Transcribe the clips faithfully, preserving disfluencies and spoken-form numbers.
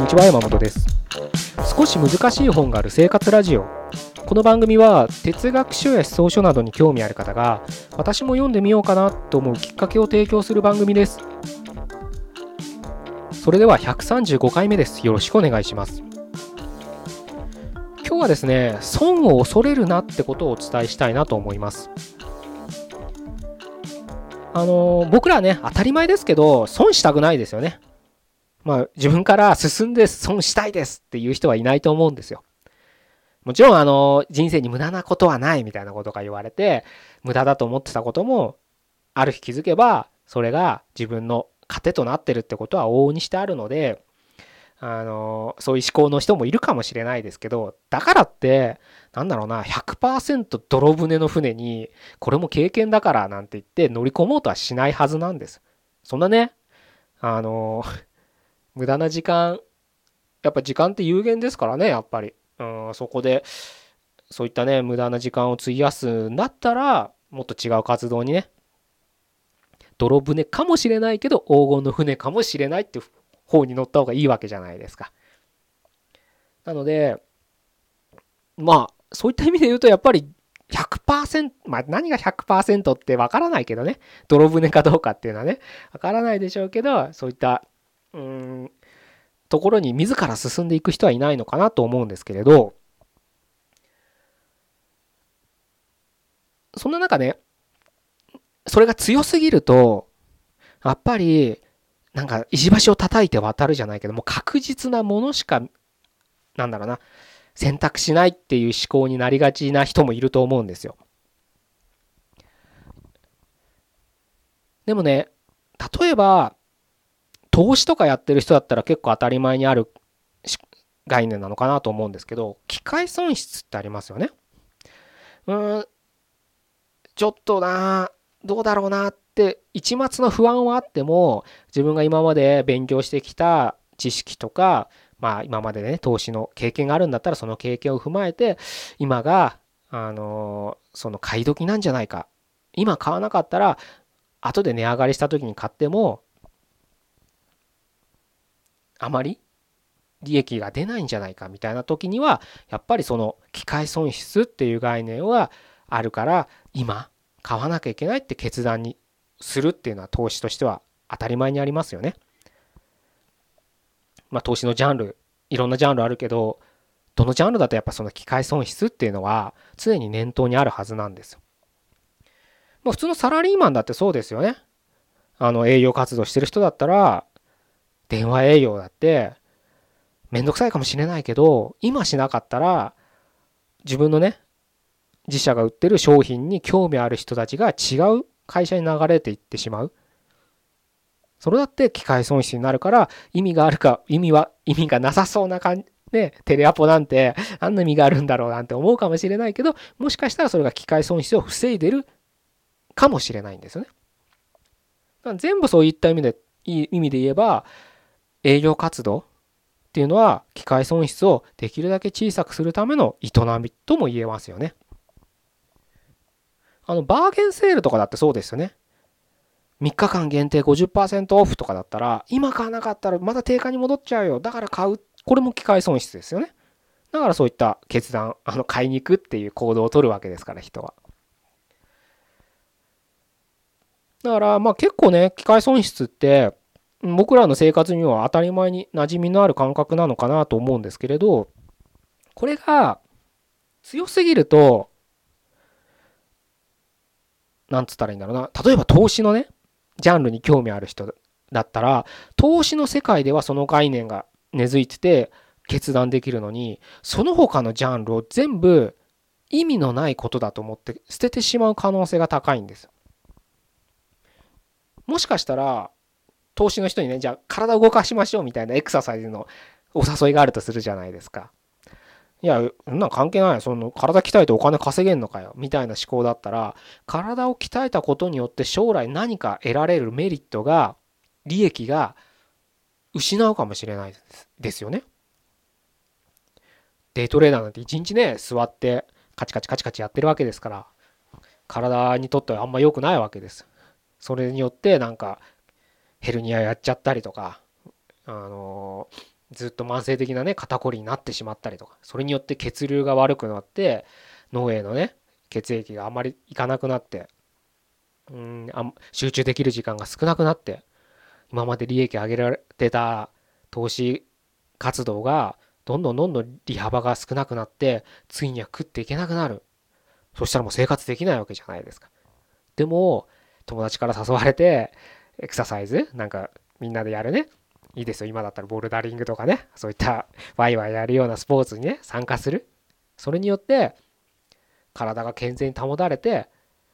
ちは、山本です。少し難しい本がある生活ラジオ。この番組は哲学書や思想書などに興味ある方が、私も読んでみようかなと思うきっかけを提供する番組です。それではひゃくさんじゅうごかいめです。よろしくお願いします。今日はですね、損を恐れるなってことをお伝えしたいなと思います。あの僕らはね、当たり前ですけど損したくないですよね。まあ自分から進んで損したいですっていう人はいないと思うんですよ。もちろんあの人生に無駄なことはないみたいなことが言われて、無駄だと思ってたこともある日気づけばそれが自分の糧となってるってことは往々にしてあるので、あのそういう思考の人もいるかもしれないですけど、だからってなんだろうな、ひゃくパーセント 泥船の船にこれも経験だからなんて言って乗り込もうとはしないはずなんです。そんなね、あの無駄な時間、やっぱ時間って有限ですからね、やっぱり。うん、そこでそういったね無駄な時間を費やすんだったら、もっと違う活動にね、泥船かもしれないけど黄金の船かもしれないって方に乗った方がいいわけじゃないですか。なのでまあそういった意味で言うと、やっぱりひゃくパーセント、まあ何がひゃくパーセントってわからないけどね、泥船かどうかっていうのはねわからないでしょうけど、そういったうーんところに自ら進んでいく人はいないのかなと思うんですけれど、そんな中ね、それが強すぎるとやっぱりなんか石橋を叩いて渡るじゃないけども、確実なものしかなんだろうな、選択しないっていう思考になりがちな人もいると思うんですよ。でもね、例えば投資とかやってる人だったら結構当たり前にある概念なのかなと思うんですけど、機会損失ってありますよね。うーん、ちょっとな、どうだろうなって一抹の不安はあっても、自分が今まで勉強してきた知識とか、まあ今までね投資の経験があるんだったら、その経験を踏まえて今があのその買い時なんじゃないか、今買わなかったら後で値上がりした時に買ってもあまり利益が出ないんじゃないかみたいな時には、やっぱりその機会損失っていう概念はあるから、今買わなきゃいけないって決断にするっていうのは投資としては当たり前にありますよね。まあ投資のジャンル、いろんなジャンルあるけど、どのジャンルだとやっぱその機会損失っていうのは常に念頭にあるはずなんですよ。まあ普通のサラリーマンだってそうですよね。あの営業活動してる人だったら、電話営業だってめんどくさいかもしれないけど、今しなかったら自分のね自社が売ってる商品に興味ある人たちが違う会社に流れていってしまう。それだって機会損失になるから、意味があるか、意味は意味がなさそうな感じね、テレアポなんて何の意味があるんだろうなんて思うかもしれないけど、もしかしたらそれが機会損失を防いでるかもしれないんですよね。だから全部そういった意味で意味で言えば、営業活動っていうのは機会損失をできるだけ小さくするための営みとも言えますよね。あのバーゲンセールとかだってそうですよね。みっかかん限定 ごじゅっパーセント オフとかだったら、今買わなかったらまた定価に戻っちゃうよ、だから買う、これも機会損失ですよね。だからそういった決断、あの買いに行くっていう行動を取るわけですから、人は。だからまあ結構ね、機会損失って僕らの生活には当たり前に馴染みのある感覚なのかなと思うんですけれど、これが強すぎると、なんつったらいいんだろうな、例えば投資のねジャンルに興味ある人だったら、投資の世界ではその概念が根付いてて決断できるのに、その他のジャンルを全部意味のないことだと思って捨ててしまう可能性が高いんです。もしかしたら投資の人にね、じゃあ体を動かしましょうみたいなエクササイズのお誘いがあるとするじゃないですか。いや、そんなん関係ない。その体鍛えてお金稼げんのかよみたいな思考だったら、体を鍛えたことによって将来何か得られるメリットが、利益が失うかもしれないですよね。デイトレーダーなんて一日ね座ってカチカチカチカチやってるわけですから、体にとってはあんま良くないわけです。それによってなんかヘルニアやっちゃったりとか、あのーずっと慢性的なね肩こりになってしまったりとか、それによって血流が悪くなって脳へのね血液があまりいかなくなって、うんあ集中できる時間が少なくなって、今まで利益上げられてた投資活動がどんどんどんどん利幅が少なくなって、ついには食っていけなくなる。そしたらもう生活できないわけじゃないですか。でも友達から誘われてエクササイズなんかみんなでやるね、いいですよ、今だったらボルダリングとかね、そういったワイワイやるようなスポーツにね参加する。それによって体が健全に保たれて、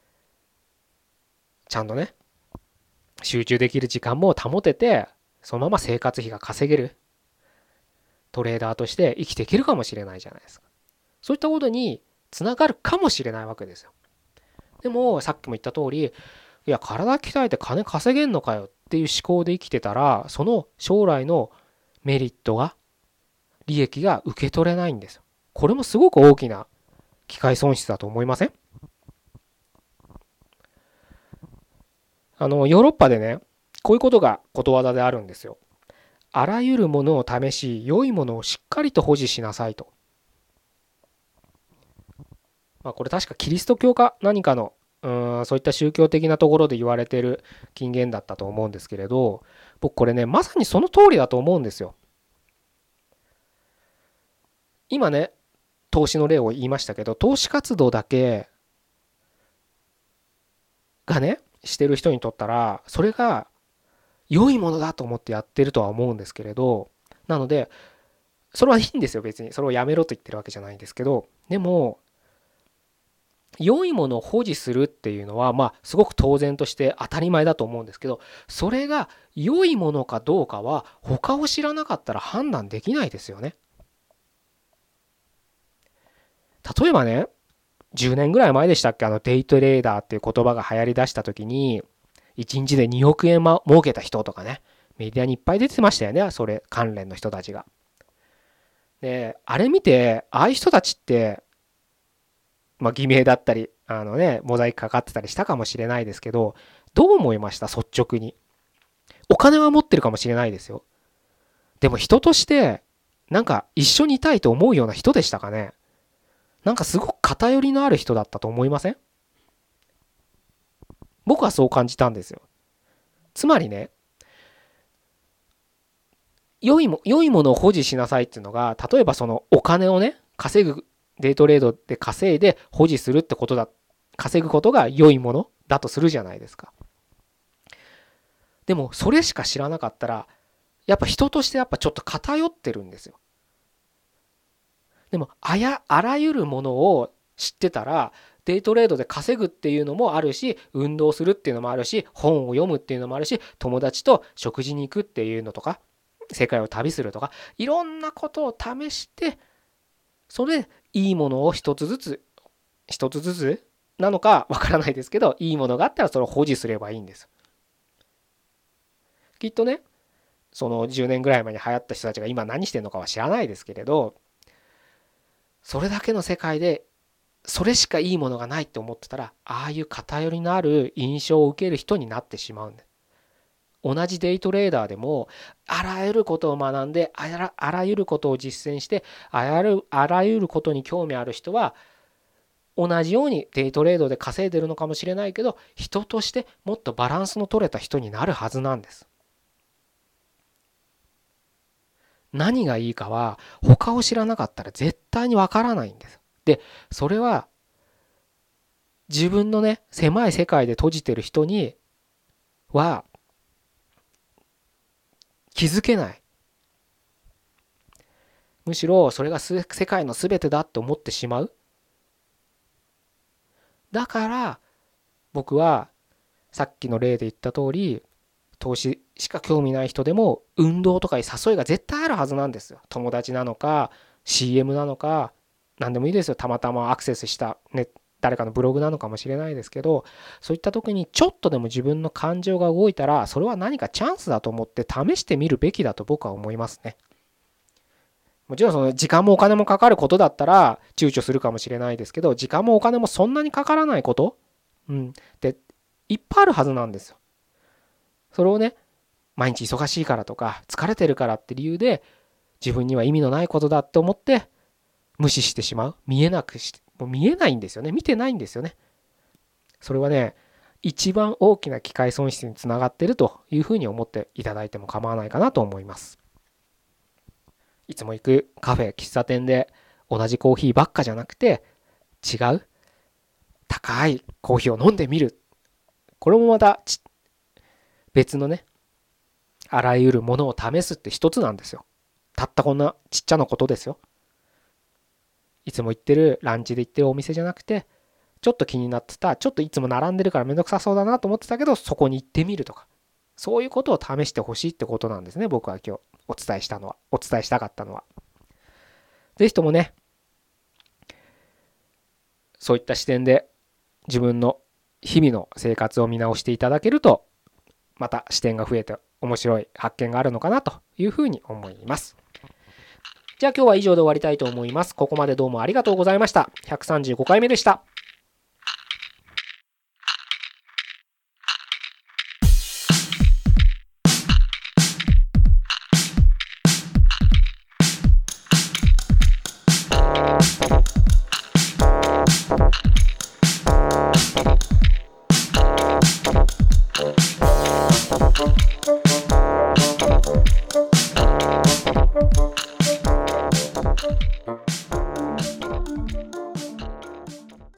ちゃんとね集中できる時間も保てて、そのまま生活費が稼げるトレーダーとして生きていけるかもしれないじゃないですか。そういったことにつながるかもしれないわけですよ。でもさっきも言った通り、いや体鍛えて金稼げんのかよっていう思考で生きてたら、その将来のメリットが利益が受け取れないんですよ。これもすごく大きな機会損失だと思いません？あのヨーロッパでねこういうことがことわざであるんですよ。あらゆるものを試し、良いものをしっかりと保持しなさいと。まあ、これ確かキリスト教か何かのうーんそういった宗教的なところで言われてる金言だったと思うんですけれど、僕これねまさにその通りだと思うんですよ。今ね投資の例を言いましたけど、投資活動だけがねしてる人にとったらそれが良いものだと思ってやってるとは思うんですけれど、なのでそれはいいんですよ、別にそれをやめろと言ってるわけじゃないんですけど、でも良いものを保持するっていうのはまあすごく当然として当たり前だと思うんですけど、それが良いものかどうかは他を知らなかったら判断できないですよね。例えばね、じゅうねんぐらい前でしたっけ、あのデイトレーダーっていう言葉が流行りだした時にいちにちでにおくえん、ま、儲けた人とかね、メディアにいっぱい出てましたよね、それ関連の人たちが。であれ見て、ああいう人たちってまあ偽名だったりあのねモザイクかかってたりしたかもしれないですけど、どう思いました？率直に。お金は持ってるかもしれないですよ。でも人としてなんか一緒にいたいと思うような人でしたかね？なんかすごく偏りのある人だったと思いません？僕はそう感じたんですよ。つまりね、良いも良いものを保持しなさいっていうのが、例えばそのお金をね稼ぐ、デイトレードで稼いで保持するってことだ、稼ぐことが良いものだとするじゃないですか。でもそれしか知らなかったらやっぱ人としてやっぱちょっと偏ってるんですよ。でもあやあらゆるものを知ってたら、デイトレードで稼ぐっていうのもあるし、運動するっていうのもあるし、本を読むっていうのもあるし、友達と食事に行くっていうのとか、世界を旅するとか、いろんなことを試して、それでいいものを一つずつ一つずつなのかわからないですけど、いいものがあったらそれを保持すればいいんです。きっとね、そのじゅうねんぐらい前に流行った人たちが今何してるのかは知らないですけれど、それだけの世界でそれしかいいものがないって思ってたら、ああいう偏りのある印象を受ける人になってしまうんで、同じデイトレーダーでもあらゆることを学んで、あらあらゆることを実践して、あらゆるあらゆることに興味ある人は同じようにデイトレードで稼いでるのかもしれないけど、人としてもっとバランスの取れた人になるはずなんです。何がいいかは他を知らなかったら絶対にわからないんです。で、それは自分のね狭い世界で閉じてる人には気づけない。むしろそれが世界の全てだって思ってしまう。だから僕はさっきの例で言った通り、投資しか興味ない人でも運動とかに誘いが絶対あるはずなんですよ。友達なのか シーエム なのか何でもいいですよ。たまたまアクセスした、ね、誰かのブログなのかもしれないですけど、そういった時にちょっとでも自分の感情が動いたら、それは何かチャンスだと思って試してみるべきだと僕は思いますね。もちろんその時間もお金もかかることだったら躊躇するかもしれないですけど、時間もお金もそんなにかからないこと、うん、でいっぱいあるはずなんですよ。それをね、毎日忙しいからとか疲れてるからって理由で自分には意味のないことだって思って無視してしまう。見えなくして、もう見えないんですよね。見てないんですよね。それはね、一番大きな機会損失につながっているというふうに思っていただいても構わないかなと思います。いつも行くカフェ、喫茶店で同じコーヒーばっかじゃなくて、違う高いコーヒーを飲んでみる。これもまた別のね、あらゆるものを試すって一つなんですよ。たったこんなちっちゃなことですよ。いつも行ってるランチで行ってるお店じゃなくて、ちょっと気になってた、ちょっといつも並んでるからめんどくさそうだなと思ってたけど、そこに行ってみるとか、そういうことを試してほしいってことなんですね。僕は今日お伝えしたのは、お伝えしたかったのは。ぜひともね、そういった視点で自分の日々の生活を見直していただけると、また視点が増えて面白い発見があるのかなというふうに思います。じゃあ今日は以上で終わりたいと思います。ここまでどうもありがとうございました。ひゃくさんじゅうごかいめでした。